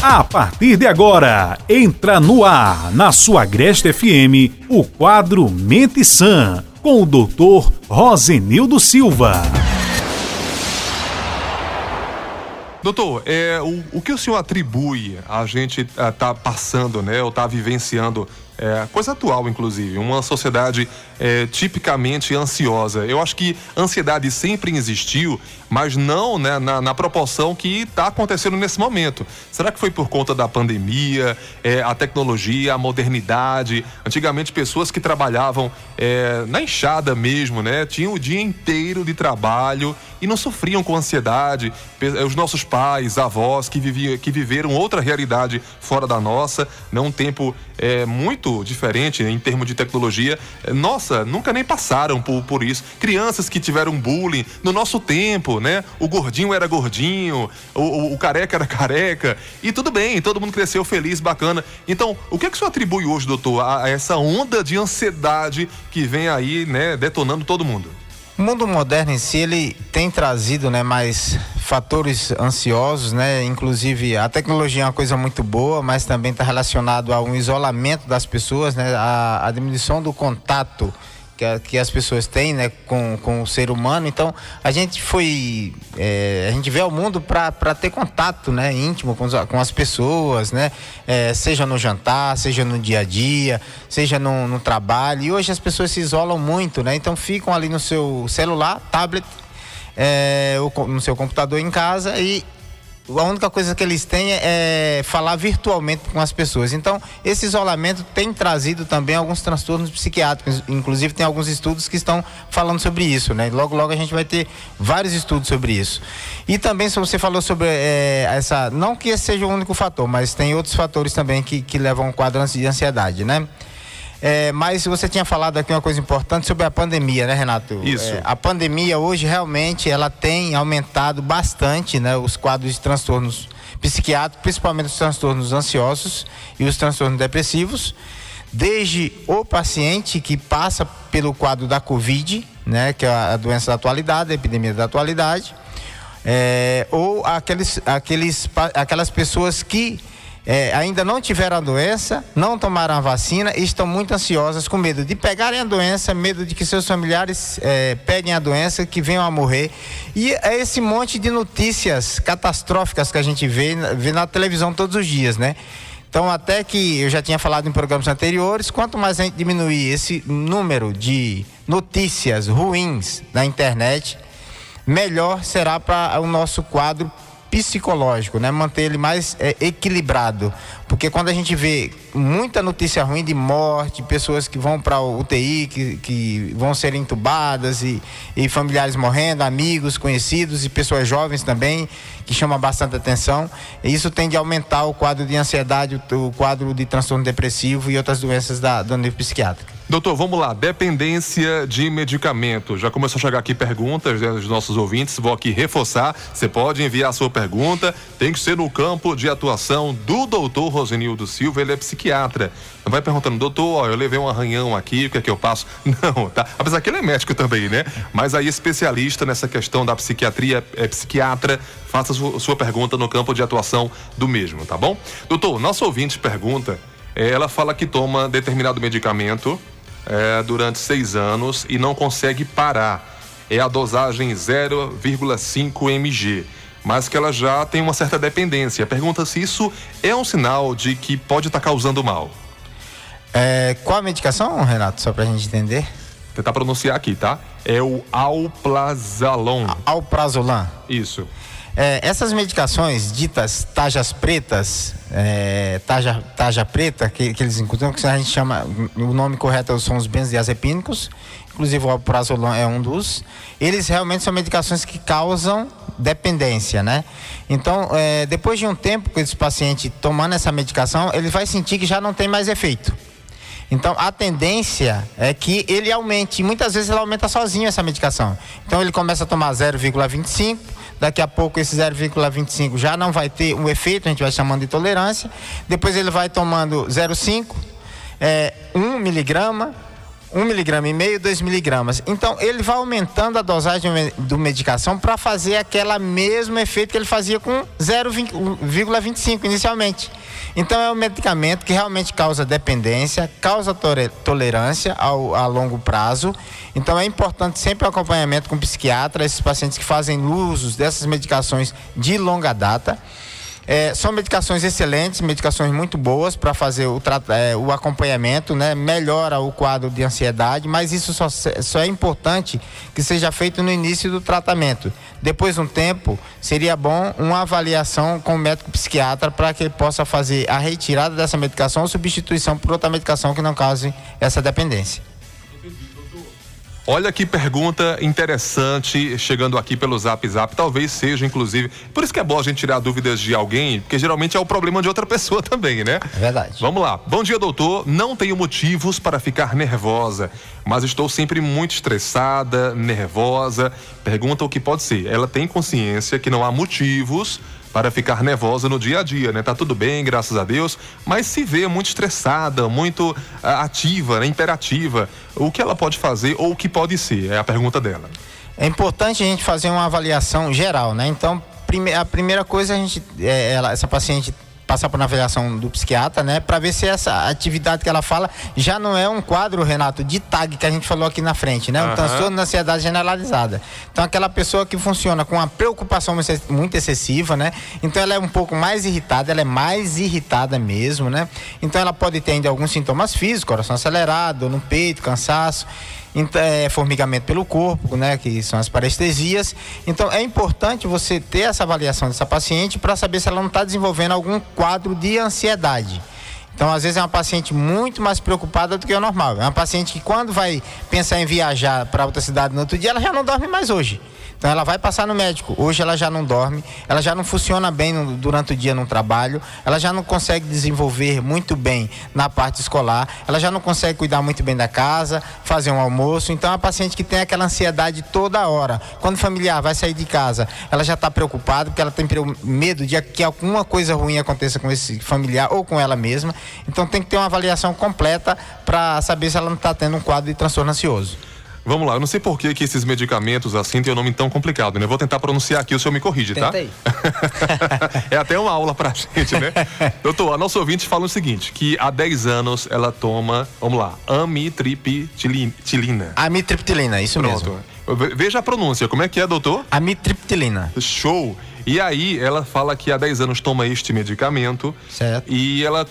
A partir de agora, entra no ar, na sua Agreste FM, o quadro Mente Sã, com o Dr. Rosenildo Silva. Doutor, o que o senhor atribui a gente tá passando, né, ou tá vivenciando, coisa atual, inclusive, uma sociedade tipicamente ansiosa? Eu acho que a ansiedade sempre existiu, mas não, né, na proporção que está acontecendo nesse momento. Será que foi por conta da pandemia, a tecnologia, a modernidade? Antigamente, pessoas que trabalhavam na enxada mesmo, né, tinham o dia inteiro de trabalho e não sofriam com ansiedade. Os nossos pais, avós que viveram outra realidade fora da nossa, né, um tempo muito diferente em termos de tecnologia, nunca nem passaram por isso. Crianças que tiveram bullying no nosso tempo, né? O gordinho era gordinho, o careca era careca, e tudo bem, todo mundo cresceu feliz, bacana. Então, o que é que o senhor atribui hoje, doutor, a essa onda de ansiedade que vem aí, né, detonando todo mundo? O mundo moderno em si, ele tem trazido, né, mais fatores ansiosos, né? Inclusive a tecnologia é uma coisa muito boa, mas também está relacionado a um isolamento das pessoas, né? A diminuição do contato que as pessoas têm, né, com o ser humano. Então a gente vê o mundo para ter contato, né, íntimo com as pessoas, né, seja no jantar, seja no dia a dia, seja no trabalho. E hoje as pessoas se isolam muito, né? Então ficam ali no seu celular, tablet, no seu computador em casa, e a única coisa que eles têm é falar virtualmente com as pessoas. Então, esse isolamento tem trazido também alguns transtornos psiquiátricos. Inclusive, tem alguns estudos que estão falando sobre isso, né? Logo, logo a gente vai ter vários estudos sobre isso. E também, se você falou sobre não que esse seja o único fator, mas tem outros fatores também que levam a um quadro de ansiedade, né? Mas você tinha falado aqui uma coisa importante sobre a pandemia, né, Renato? Isso. A pandemia hoje realmente ela tem aumentado bastante, né, os quadros de transtornos psiquiátricos, principalmente os transtornos ansiosos e os transtornos depressivos, desde o paciente que passa pelo quadro da Covid, né, que é a doença da atualidade, a epidemia da atualidade, ou aquelas pessoas que ainda não tiveram a doença, não tomaram a vacina e estão muito ansiosas, com medo de pegarem a doença, medo de que seus familiares peguem a doença, que venham a morrer. E é esse monte de notícias catastróficas que a gente vê na televisão todos os dias, né? Então, até que eu já tinha falado em programas anteriores, quanto mais a gente diminuir esse número de notícias ruins na internet, melhor será para o nosso quadro psicológico, né? Manter ele mais equilibrado, porque quando a gente vê muita notícia ruim de morte, pessoas que vão para o UTI, que vão ser entubadas e familiares morrendo, amigos, conhecidos e pessoas jovens também, que chamam bastante atenção, e isso tende a aumentar o quadro de ansiedade, o quadro de transtorno depressivo e outras doenças do nível psiquiátrico. Doutor, vamos lá, dependência de medicamento. Já começou a chegar aqui perguntas, né, dos nossos ouvintes, vou aqui reforçar, você pode enviar a sua pergunta, tem que ser no campo de atuação do doutor Rosenildo Silva, ele é psiquiatra. Não vai perguntando, doutor, eu levei um arranhão aqui, o que é que eu passo? Não, tá? Apesar que ele é médico também, né? Mas aí especialista nessa questão da psiquiatria, psiquiatra, faça sua pergunta no campo de atuação do mesmo, tá bom? Doutor, nosso ouvinte pergunta, ela fala que toma determinado medicamento durante 6 anos e não consegue parar. É a dosagem 0,5 mg, mas que ela já tem uma certa dependência. Pergunta se isso é um sinal de que pode estar causando mal. Qual a medicação, Renato? Só pra gente entender. Tentar pronunciar aqui, tá? É o Alprazolam. Alprazolam. Isso. Essas medicações ditas tajas pretas, taja preta, que eles encontram, que a gente chama, o nome correto são os benzodiazepínicos, inclusive o alprazolam é um dos. Eles realmente são medicações que causam dependência, né? Então, depois de um tempo que esse paciente tomando essa medicação, ele vai sentir que já não tem mais efeito. Então, a tendência é que ele aumente, e muitas vezes ele aumenta sozinho essa medicação. Então, ele começa a tomar 0,25, daqui a pouco esse 0,25 já não vai ter um efeito, a gente vai chamando de tolerância. Depois ele vai tomando 0,5, 1 miligrama, 1,5 mg, 2 mg. Então, ele vai aumentando a dosagem do medicação para fazer aquele mesmo efeito que ele fazia com 0,25 inicialmente. Então, é um medicamento que realmente causa dependência, causa tolerância a longo prazo. Então, é importante sempre o acompanhamento com o psiquiatra, esses pacientes que fazem uso dessas medicações de longa data. São medicações excelentes, medicações muito boas para fazer o acompanhamento, né? Melhora o quadro de ansiedade, mas isso só é importante que seja feito no início do tratamento. Depois de um tempo, seria bom uma avaliação com o médico psiquiatra para que ele possa fazer a retirada dessa medicação ou substituição por outra medicação que não cause essa dependência. Olha que pergunta interessante chegando aqui pelo Zap, talvez seja inclusive, por isso que é bom a gente tirar dúvidas de alguém, porque geralmente é o problema de outra pessoa também, né? É verdade. Vamos lá. Bom dia, doutor. Não tenho motivos para ficar nervosa, mas estou sempre muito estressada, nervosa. Pergunta o que pode ser. Ela tem consciência que não há motivos para ficar nervosa no dia a dia, né? Tá tudo bem, graças a Deus, mas se vê muito estressada, muito ativa, né? Imperativa. O que ela pode fazer ou o que pode ser? É a pergunta dela. É importante a gente fazer uma avaliação geral, né? Então, a primeira coisa essa paciente passar por uma avaliação do psiquiatra, né? Para ver se essa atividade que ela fala já não é um quadro, Renato, de TAG que a gente falou aqui na frente, né? Um transtorno de ansiedade generalizada. Então, aquela pessoa que funciona com uma preocupação muito excessiva, né? Então, ela é um pouco mais irritada, ela é mais irritada mesmo, né? Então, ela pode ter ainda alguns sintomas físicos, coração acelerado, dor no peito, cansaço. Formigamento pelo corpo, né, que são as parestesias. Então é importante você ter essa avaliação dessa paciente para saber se ela não está desenvolvendo algum quadro de ansiedade. Então, às vezes é uma paciente muito mais preocupada do que o normal. É uma paciente que quando vai pensar em viajar para outra cidade no outro dia, ela já não dorme mais hoje. Então, ela vai passar no médico. Hoje ela já não dorme, ela já não funciona bem durante o dia no trabalho, ela já não consegue desenvolver muito bem na parte escolar, ela já não consegue cuidar muito bem da casa, fazer um almoço. Então, é uma paciente que tem aquela ansiedade toda hora. Quando o familiar vai sair de casa, ela já está preocupada, porque ela tem medo de que alguma coisa ruim aconteça com esse familiar ou com ela mesma. Então, tem que ter uma avaliação completa para saber se ela não está tendo um quadro de transtorno ansioso. Vamos lá, eu não sei por que esses medicamentos assim têm um nome tão complicado, né? Eu vou tentar pronunciar aqui, o senhor me corrige, tá? Tenta aí. É até uma aula pra gente, né? Doutor, a nossa ouvinte fala o seguinte, que há 10 anos ela toma, vamos lá, amitriptilina. Amitriptilina, isso Pronto. Mesmo. Veja a pronúncia, como é que é, doutor? Amitriptilina. Show! E aí ela fala que há 10 anos toma este medicamento. Certo. E ela,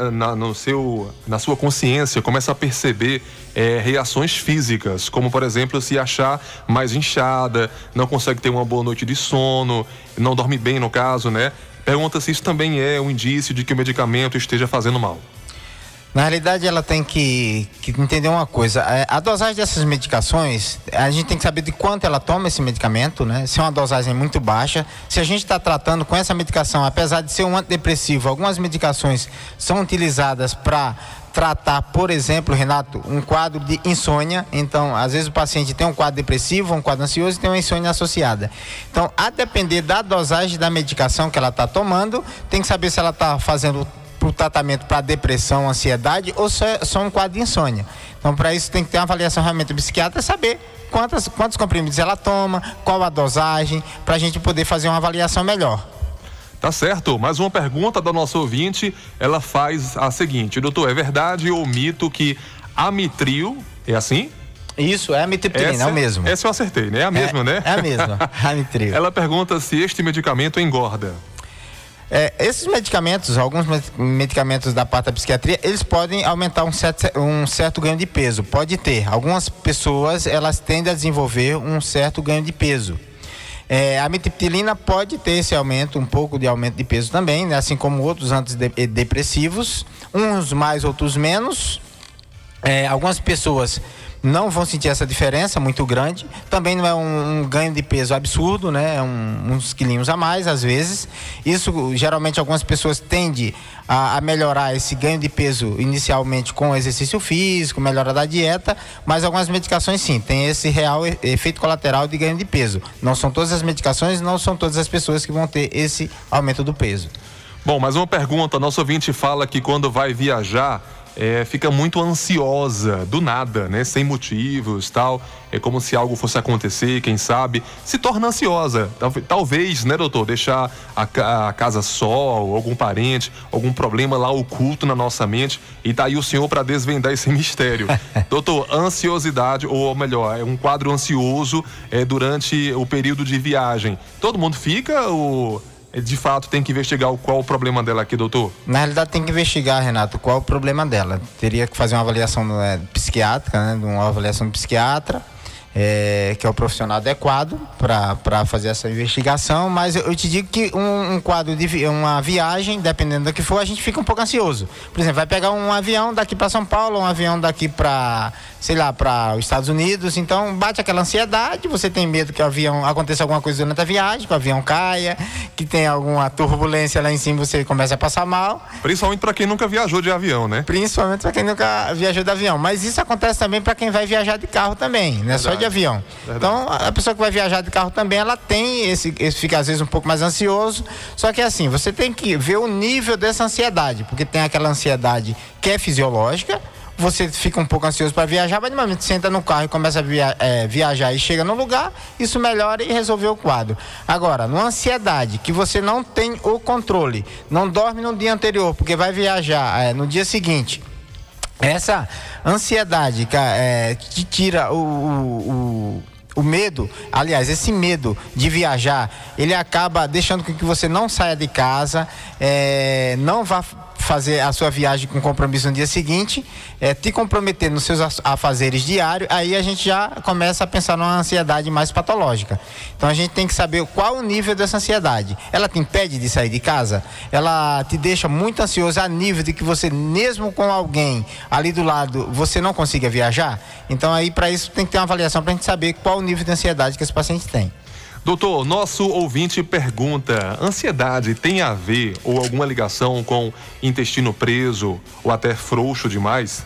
na sua consciência, começa a perceber reações físicas, como por exemplo, se achar mais inchada, não consegue ter uma boa noite de sono, não dorme bem no caso, né? Pergunta se isso também é um indício de que o medicamento esteja fazendo mal. Na realidade, ela tem que entender uma coisa. A dosagem dessas medicações, a gente tem que saber de quanto ela toma esse medicamento, né? Se é uma dosagem muito baixa. Se a gente está tratando com essa medicação, apesar de ser um antidepressivo, algumas medicações são utilizadas para tratar, por exemplo, Renato, um quadro de insônia. Então, às vezes o paciente tem um quadro depressivo, um quadro ansioso e tem uma insônia associada. Então, a depender da dosagem da medicação que ela está tomando, tem que saber se ela está fazendo para o tratamento para depressão, ansiedade ou só um quadro de insônia. Então, para isso tem que ter uma avaliação realmente do psiquiatra, saber quantos comprimidos ela toma, qual a dosagem, para a gente poder fazer uma avaliação melhor. Tá certo. Mais uma pergunta da nossa ouvinte, ela faz a seguinte: doutor, é verdade ou mito que amitril, é assim? Isso, é amitriptilina, é o mesmo. Essa eu acertei, né? É a mesma, né? É a mesma, amitril. Ela pergunta se este medicamento engorda. Esses medicamentos, alguns medicamentos da parte da psiquiatria, eles podem aumentar um certo ganho de peso. Pode ter. Algumas pessoas, elas tendem a desenvolver um certo ganho de peso. A amitriptilina pode ter esse aumento, um pouco de aumento de peso também, né? Assim como outros antidepressivos, uns mais, outros menos. Algumas pessoas não vão sentir essa diferença muito grande. Também não é um ganho de peso absurdo, né? É uns quilinhos a mais, às vezes. Isso, geralmente, algumas pessoas tendem a melhorar esse ganho de peso inicialmente com exercício físico, melhora da dieta, mas algumas medicações, sim, tem esse real efeito colateral de ganho de peso. Não são todas as medicações, não são todas as pessoas que vão ter esse aumento do peso. Bom, mais uma pergunta. Nosso ouvinte fala que quando vai viajar, fica muito ansiosa do nada, né? Sem motivos, tal. É como se algo fosse acontecer, quem sabe, se torna ansiosa. Talvez, né, doutor, deixar a casa só, ou algum parente, algum problema lá oculto na nossa mente, e tá aí o senhor para desvendar esse mistério. Doutor, ansiosidade, ou melhor, é um quadro ansioso durante o período de viagem. Todo mundo fica ou de fato tem que investigar qual o problema dela aqui, doutor? Na realidade tem que investigar, Renato, qual o problema dela. Teria que fazer uma avaliação psiquiátrica, né, uma avaliação do psiquiatra, que é o profissional adequado para fazer essa investigação, mas eu te digo que um quadro de uma viagem, dependendo do que for, a gente fica um pouco ansioso. Por exemplo, vai pegar um avião daqui para São Paulo, um avião daqui para, sei lá, para os Estados Unidos, então bate aquela ansiedade, você tem medo que o avião aconteça alguma coisa durante a viagem, que o avião caia, que tenha alguma turbulência lá em cima, você começa a passar mal. Principalmente para quem nunca viajou de avião, né? Principalmente para quem nunca viajou de avião, mas isso acontece também para quem vai viajar de carro também, não é só de avião. Verdade. Então, a pessoa que vai viajar de carro também, ela tem fica às vezes um pouco mais ansioso, só que assim, você tem que ver o nível dessa ansiedade, porque tem aquela ansiedade que é fisiológica, você fica um pouco ansioso para viajar, mas no momento que você entra no carro e começa a viajar e chega no lugar, isso melhora e resolveu o quadro. Agora, numa ansiedade que você não tem o controle, não dorme no dia anterior, porque vai viajar no dia seguinte, essa ansiedade que tira o medo, aliás, esse medo de viajar, ele acaba deixando com que você não saia de casa, não vá fazer a sua viagem com compromisso no dia seguinte, te comprometer nos seus afazeres diários, aí a gente já começa a pensar numa ansiedade mais patológica. Então a gente tem que saber qual o nível dessa ansiedade. Ela te impede de sair de casa? Ela te deixa muito ansioso a nível de que você, mesmo com alguém ali do lado, você não consiga viajar? Então aí para isso tem que ter uma avaliação para a gente saber qual o nível de ansiedade que esse paciente tem. Doutor, nosso ouvinte pergunta: ansiedade tem a ver ou alguma ligação com intestino preso ou até frouxo demais?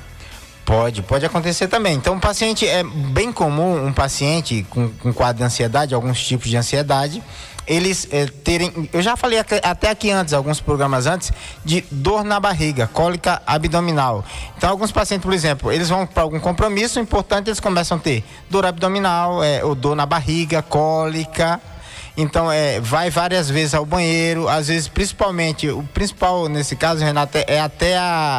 Pode acontecer também. Então, é bem comum um paciente com quadro de ansiedade, alguns tipos de ansiedade, eles terem, eu já falei até aqui antes, alguns programas antes, de dor na barriga, cólica abdominal. Então, alguns pacientes, por exemplo, eles vão para algum compromisso importante, eles começam a ter dor abdominal, ou dor na barriga, cólica. Então, vai várias vezes ao banheiro, às vezes, principalmente, o principal nesse caso, Renato, é até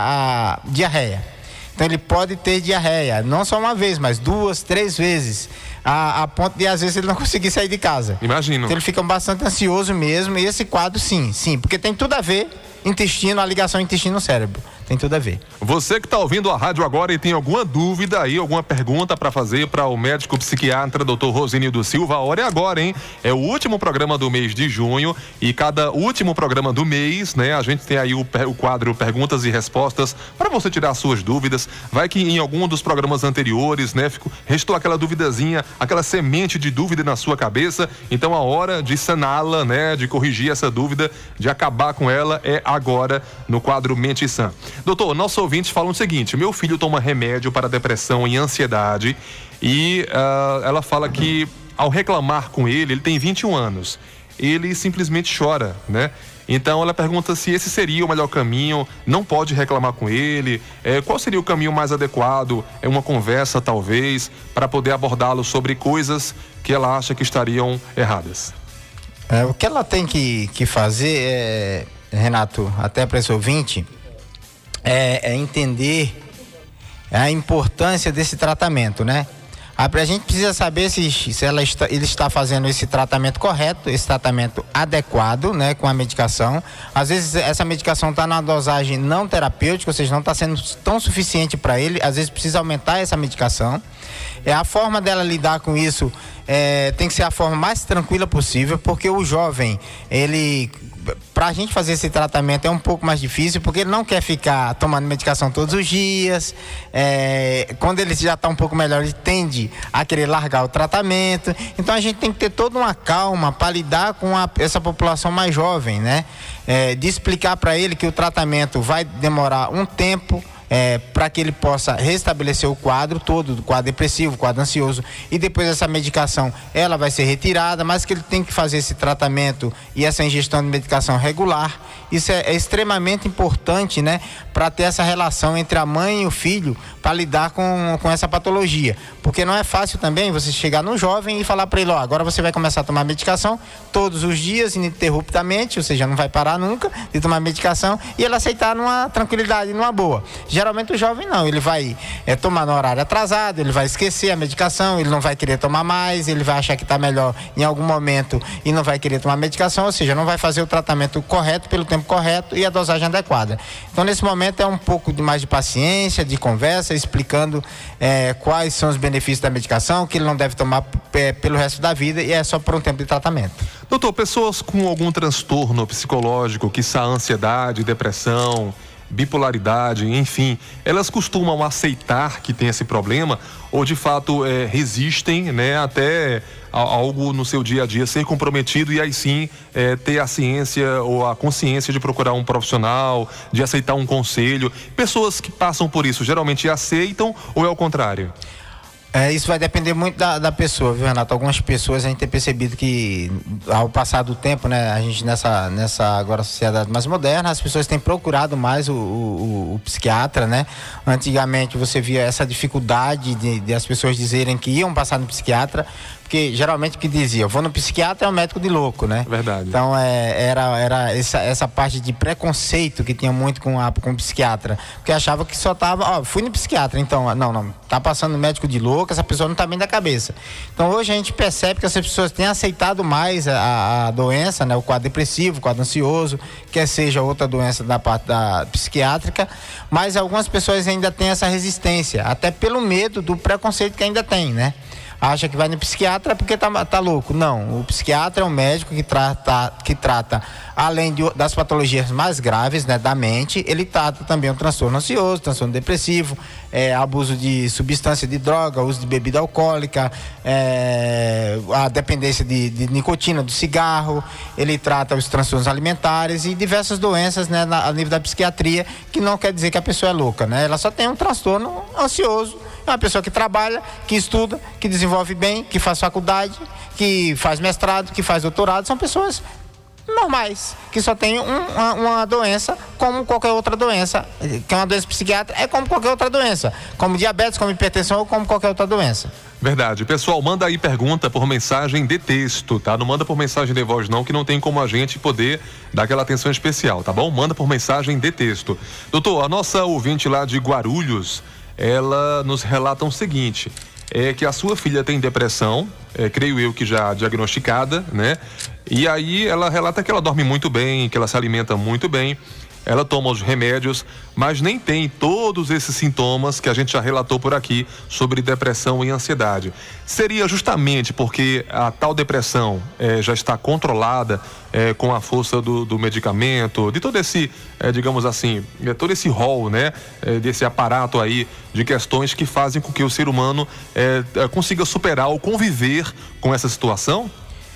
a diarreia. Então ele pode ter diarreia, não só uma vez, mas 2, 3 vezes, a ponto de às vezes ele não conseguir sair de casa. Imagino. Então ele fica bastante ansioso mesmo, e esse quadro sim, porque tem tudo a ver, intestino, a ligação intestino-cérebro. Tem tudo a ver. Você que está ouvindo a rádio agora e tem alguma dúvida aí, alguma pergunta para fazer para o médico psiquiatra Dr. Rosenildo Silva, a hora é agora, hein? É o último programa do mês de junho e cada último programa do mês, né? A gente tem aí o quadro Perguntas e Respostas para você tirar suas dúvidas. Vai que em algum dos programas anteriores, né? Restou aquela duvidazinha, aquela semente de dúvida na sua cabeça. Então a hora de saná-la, né? De corrigir essa dúvida, de acabar com ela é agora no quadro Mente Sã. Doutor, nosso ouvinte fala o seguinte: meu filho toma remédio para depressão e ansiedade e ela fala que ao reclamar com ele tem 21 anos, ele simplesmente chora, né? Então ela pergunta se esse seria o melhor caminho, não pode reclamar com ele, qual seria o caminho mais adequado, uma conversa talvez, para poder abordá-lo sobre coisas que ela acha que estariam erradas. O que ela tem que fazer, Renato, até para esse ouvinte, é entender a importância desse tratamento, né? A gente precisa saber se ele está fazendo esse tratamento correto, esse tratamento adequado, né, com a medicação. Às vezes essa medicação está na dosagem não terapêutica, ou seja, não está sendo tão suficiente para ele, às vezes precisa aumentar essa medicação. A forma dela lidar com isso tem que ser a forma mais tranquila possível, porque o jovem, pra gente fazer esse tratamento é um pouco mais difícil, porque ele não quer ficar tomando medicação todos os dias. Quando ele já está um pouco melhor, ele tende a querer largar o tratamento. Então a gente tem que ter toda uma calma para lidar com essa população mais jovem, né? De explicar para ele que o tratamento vai demorar um tempo, para que ele possa restabelecer o quadro todo, do quadro depressivo, quadro ansioso, e depois essa medicação ela vai ser retirada, mas que ele tem que fazer esse tratamento e essa ingestão de medicação regular. Isso é extremamente importante, né, para ter essa relação entre a mãe e o filho, para lidar com essa patologia, porque não é fácil também você chegar num jovem e falar para ele, agora você vai começar a tomar medicação todos os dias, ininterruptamente, ou seja, não vai parar nunca de tomar medicação, e ele aceitar numa tranquilidade, numa boa. Geralmente o jovem não, ele vai tomar no horário atrasado, ele vai esquecer a medicação, ele não vai querer tomar mais, ele vai achar que está melhor em algum momento e não vai querer tomar medicação, ou seja, não vai fazer o tratamento correto pelo tempo correto e a dosagem adequada. Então, nesse momento é um pouco mais de paciência, de conversa, explicando quais são os benefícios da medicação, que ele não deve tomar pelo resto da vida, e é só por um tempo de tratamento. Doutor, pessoas com algum transtorno psicológico, que são ansiedade, depressão, bipolaridade, enfim, elas costumam aceitar que tem esse problema ou de fato resistem, né, até algo no seu dia a dia ser comprometido e aí sim ter a ciência ou a consciência de procurar um profissional, de aceitar um conselho? Pessoas que passam por isso geralmente aceitam ou é o contrário? Isso vai depender muito da pessoa, viu, Renato? Algumas pessoas a gente tem percebido que ao passar do tempo, né, a gente nessa agora sociedade mais moderna, as pessoas têm procurado mais o psiquiatra, né? Antigamente você via essa dificuldade de as pessoas dizerem que iam passar no psiquiatra, porque geralmente o que dizia, vou no psiquiatra é um médico de louco, né? Verdade. Então era essa parte de preconceito que tinha muito com o psiquiatra, porque achava que só tava, fui no psiquiatra, então, não, tá passando médico de louco, essa pessoa não tá bem da cabeça. Então hoje a gente percebe que essas pessoas têm aceitado mais a doença, né? O quadro depressivo, o quadro ansioso, quer seja outra doença da parte da psiquiátrica, mas algumas pessoas ainda têm essa resistência, até pelo medo do preconceito que ainda tem, né? Acha que vai no psiquiatra porque tá louco. Não, o psiquiatra é um médico que trata além das patologias mais graves, né, da mente, ele trata também o transtorno ansioso, transtorno depressivo, abuso de substância de droga, uso de bebida alcoólica, a dependência de nicotina, do cigarro, ele trata os transtornos alimentares e diversas doenças, né, a nível da psiquiatria, que não quer dizer que a pessoa é louca, né? Ela só tem um transtorno ansioso. É uma pessoa que trabalha, que estuda, que desenvolve bem, que faz faculdade, que faz mestrado, que faz doutorado. São pessoas normais, que só tem uma doença como qualquer outra doença, que é uma doença psiquiátrica, é como qualquer outra doença, como diabetes, como hipertensão ou como qualquer outra doença. Verdade. Pessoal, manda aí pergunta por mensagem de texto, tá? Não manda por mensagem de voz não, que não tem como a gente poder dar aquela atenção especial, tá bom? Manda por mensagem de texto. Doutor, a nossa ouvinte lá de Guarulhos, ela nos relata o seguinte, que a sua filha tem depressão, creio eu que já diagnosticada, né? E aí ela relata que ela dorme muito bem, que ela se alimenta muito bem, ela toma os remédios, mas nem tem todos esses sintomas que a gente já relatou por aqui sobre depressão e ansiedade. Seria justamente porque a tal depressão já está controlada com a força do medicamento, de todo esse, digamos assim, todo esse rol, né, desse aparato aí de questões que fazem com que o ser humano consiga superar ou conviver com essa situação?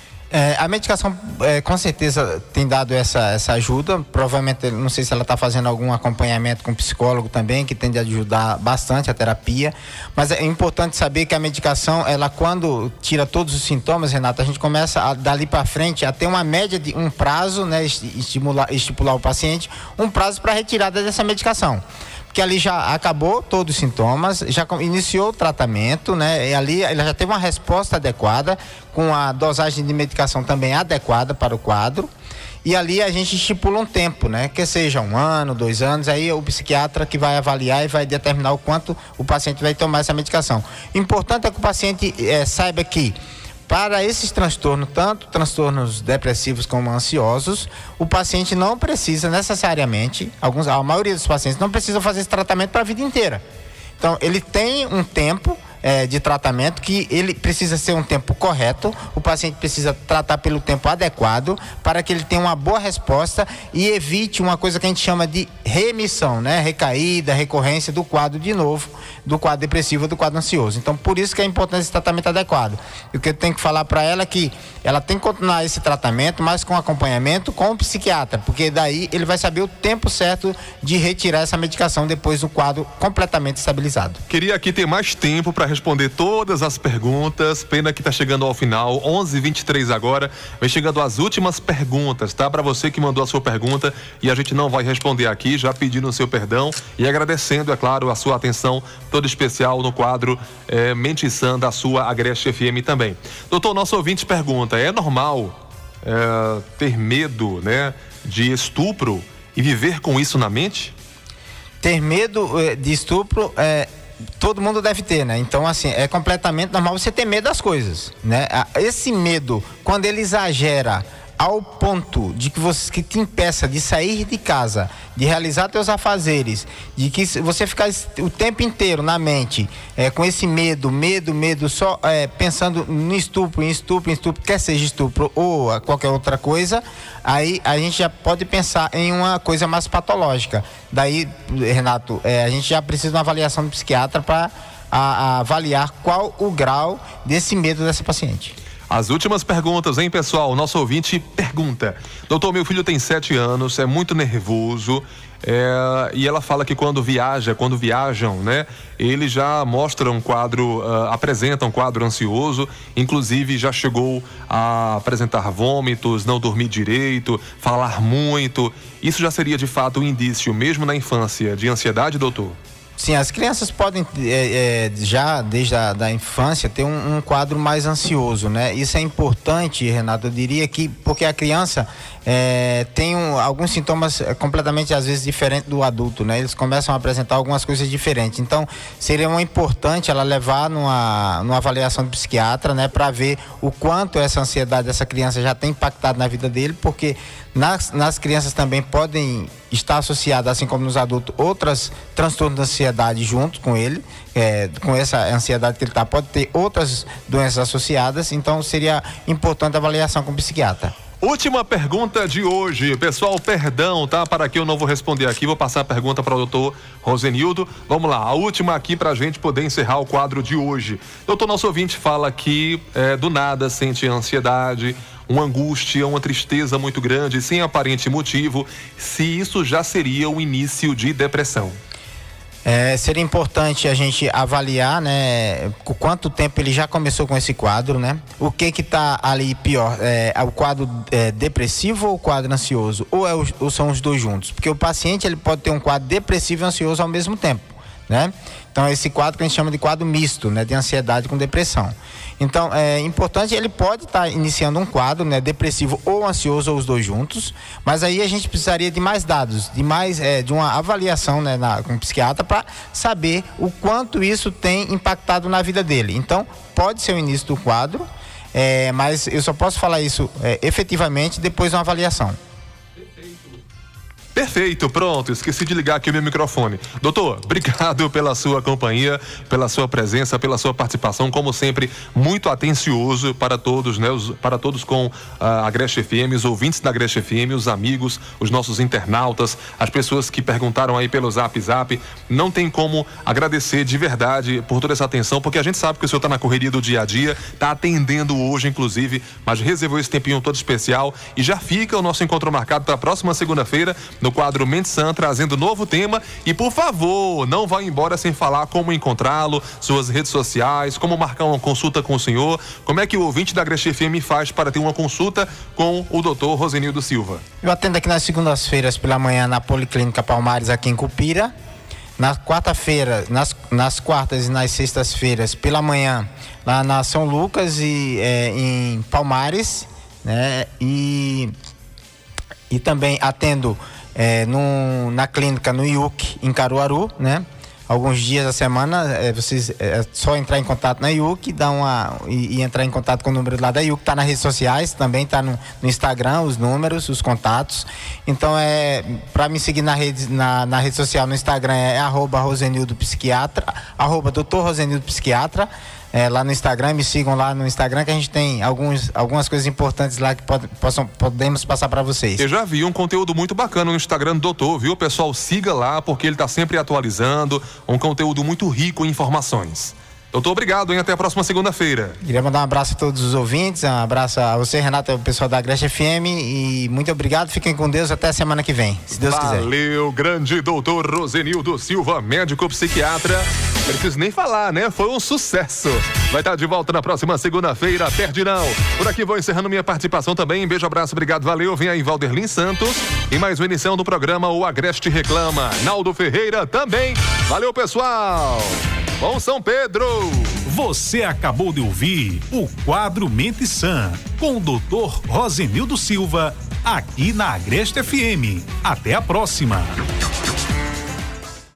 A medicação com certeza tem dado essa ajuda. Provavelmente, não sei se ela está fazendo algum acompanhamento com psicólogo também, que tende a ajudar bastante a terapia, mas é importante saber que a medicação, ela quando tira todos os sintomas, Renato, a gente começa dali para frente a ter uma média de um prazo, né, estipular o paciente, um prazo para retirada dessa medicação. Porque ali já acabou todos os sintomas, já iniciou o tratamento, né? E ali ela já teve uma resposta adequada, com a dosagem de medicação também adequada para o quadro. E ali a gente estipula um tempo, né? Que seja 1 ano, 2 anos, aí o psiquiatra que vai avaliar e vai determinar o quanto o paciente vai tomar essa medicação. O importante é que o paciente saiba que para esses transtornos, tanto transtornos depressivos como ansiosos, o paciente não precisa necessariamente, a maioria dos pacientes não precisa fazer esse tratamento para a vida inteira. Então, ele tem um tempo de tratamento, que ele precisa ser um tempo correto, o paciente precisa tratar pelo tempo adequado para que ele tenha uma boa resposta e evite uma coisa que a gente chama de remissão, né? Recaída, recorrência do quadro de novo, do quadro depressivo ou do quadro ansioso. Então, por isso que é importante esse tratamento adequado. E o que eu tenho que falar para ela é que ela tem que continuar esse tratamento, mas com acompanhamento com o psiquiatra, porque daí ele vai saber o tempo certo de retirar essa medicação depois do quadro completamente estabilizado. Queria aqui ter mais tempo para responder todas as perguntas, pena que está chegando ao final, 11h23 agora, vem chegando as últimas perguntas, tá? Para você que mandou a sua pergunta e a gente não vai responder aqui, já pedindo o seu perdão e agradecendo, é claro, a sua atenção toda especial no quadro Mente Sã da sua Agreste FM também. Doutor, nosso ouvinte pergunta, é normal ter medo, né, de estupro e viver com isso na mente? Ter medo de estupro todo mundo deve ter, né? Então, assim, é completamente normal você ter medo das coisas, né? Esse medo, quando ele exagera ao ponto de que te impeça de sair de casa, de realizar teus afazeres, de que você ficar o tempo inteiro na mente com esse medo, só pensando no estupro, quer seja estupro ou qualquer outra coisa, aí a gente já pode pensar em uma coisa mais patológica. Daí, Renato, a gente já precisa de uma avaliação do psiquiatra para avaliar qual o grau desse medo dessa paciente. As últimas perguntas, hein, pessoal? Nosso ouvinte pergunta: doutor, meu filho tem 7 anos, é muito nervoso, e ela fala que quando viajam, né, ele já mostra um quadro, apresenta um quadro ansioso, inclusive já chegou a apresentar vômitos, não dormir direito, falar muito. Isso já seria de fato um indício, mesmo na infância, de ansiedade, doutor? Sim, as crianças podem já desde a infância ter um quadro mais ansioso, né? Isso é importante, Renato, eu diria que porque a criança tem alguns sintomas completamente às vezes diferentes do adulto, né? Eles começam a apresentar algumas coisas diferentes. Então, seria importante ela levar numa avaliação do psiquiatra, né? Para ver o quanto essa ansiedade dessa criança já tem impactado na vida dele, porque nas crianças também podem estar associadas, assim como nos adultos, outros transtornos de ansiedade junto com ele, com essa ansiedade que ele está, pode ter outras doenças associadas, então seria importante a avaliação com o psiquiatra. Última pergunta de hoje, pessoal, perdão, tá? Para que eu não vou responder aqui, vou passar a pergunta para o doutor Rosenildo. Vamos lá, a última aqui para a gente poder encerrar o quadro de hoje. Doutor, nosso ouvinte fala que do nada sente ansiedade, uma angústia, uma tristeza muito grande, sem aparente motivo, se isso já seria o início de depressão. Seria importante a gente avaliar, né, quanto tempo ele já começou com esse quadro, né? O que está ali pior, o quadro depressivo ou o quadro ansioso? Ou são os dois juntos? Porque o paciente ele pode ter um quadro depressivo e ansioso ao mesmo tempo, né? Então, esse quadro que a gente chama de quadro misto, né, de ansiedade com depressão. Então, é importante, ele pode estar iniciando um quadro, né, depressivo ou ansioso, ou os dois juntos, mas aí a gente precisaria de mais dados, de uma avaliação, né, com o psiquiatra, para saber o quanto isso tem impactado na vida dele. Então, pode ser o início do quadro, mas eu só posso falar isso efetivamente depois de uma avaliação. Perfeito, pronto, esqueci de ligar aqui o meu microfone. Doutor, obrigado pela sua companhia, pela sua presença, pela sua participação, como sempre, muito atencioso para todos, né? Para todos com a Agreste FM, os ouvintes da Agreste FM, os amigos, os nossos internautas, as pessoas que perguntaram aí pelo Zap. Não tem como agradecer de verdade por toda essa atenção, porque a gente sabe que o senhor está na correria do dia a dia, está atendendo hoje, inclusive, mas reservou esse tempinho todo especial e já fica o nosso encontro marcado para a próxima segunda-feira, no quadro Mente Sã, trazendo novo tema. E por favor, não vá embora sem falar como encontrá-lo, suas redes sociais, como marcar uma consulta com o senhor, como é que o ouvinte da Agreste FM faz para ter uma consulta com o doutor Rosenildo Silva. Eu atendo aqui nas segundas-feiras pela manhã na Policlínica Palmares, aqui em Cupira. Na quarta-feira, nas quartas e nas sextas-feiras pela manhã lá na São Lucas e em Palmares, né? E também atendo na clínica no IUC, em Caruaru, né? alguns dias da semana. Vocês é só entrar em contato na IUC, e entrar em contato com o número lá da IUC, tá nas redes sociais, também tá no Instagram, os números, os contatos. Então para me seguir na rede social no Instagram é @rosenildopsiquiatra, @Dr. Rosenildo Psiquiatra. Lá no Instagram, me sigam lá no Instagram, que a gente tem algumas coisas importantes lá que podemos passar para vocês. Eu já vi um conteúdo muito bacana no Instagram do doutor, viu? Pessoal, siga lá, porque ele está sempre atualizando um conteúdo muito rico em informações. Doutor, obrigado, hein? Até a próxima segunda-feira. Queria mandar um abraço a todos os ouvintes, um abraço a você, Renato, o pessoal da Agreste FM, e muito obrigado, fiquem com Deus, até a semana que vem, se Deus quiser. Valeu, grande doutor Rosenildo Silva, médico psiquiatra. Não preciso nem falar, né? Foi um sucesso. Vai estar de volta na próxima segunda-feira, perde não. Por aqui vou encerrando minha participação também. Beijo, abraço, obrigado, valeu. Vem aí Valderlin Santos e mais uma edição do programa O Agreste Reclama. Naldo Ferreira também. Valeu, pessoal. Bom São Pedro! Você acabou de ouvir o quadro Mente Sã, com o Dr. Rosenildo Silva, aqui na Agreste FM. Até a próxima!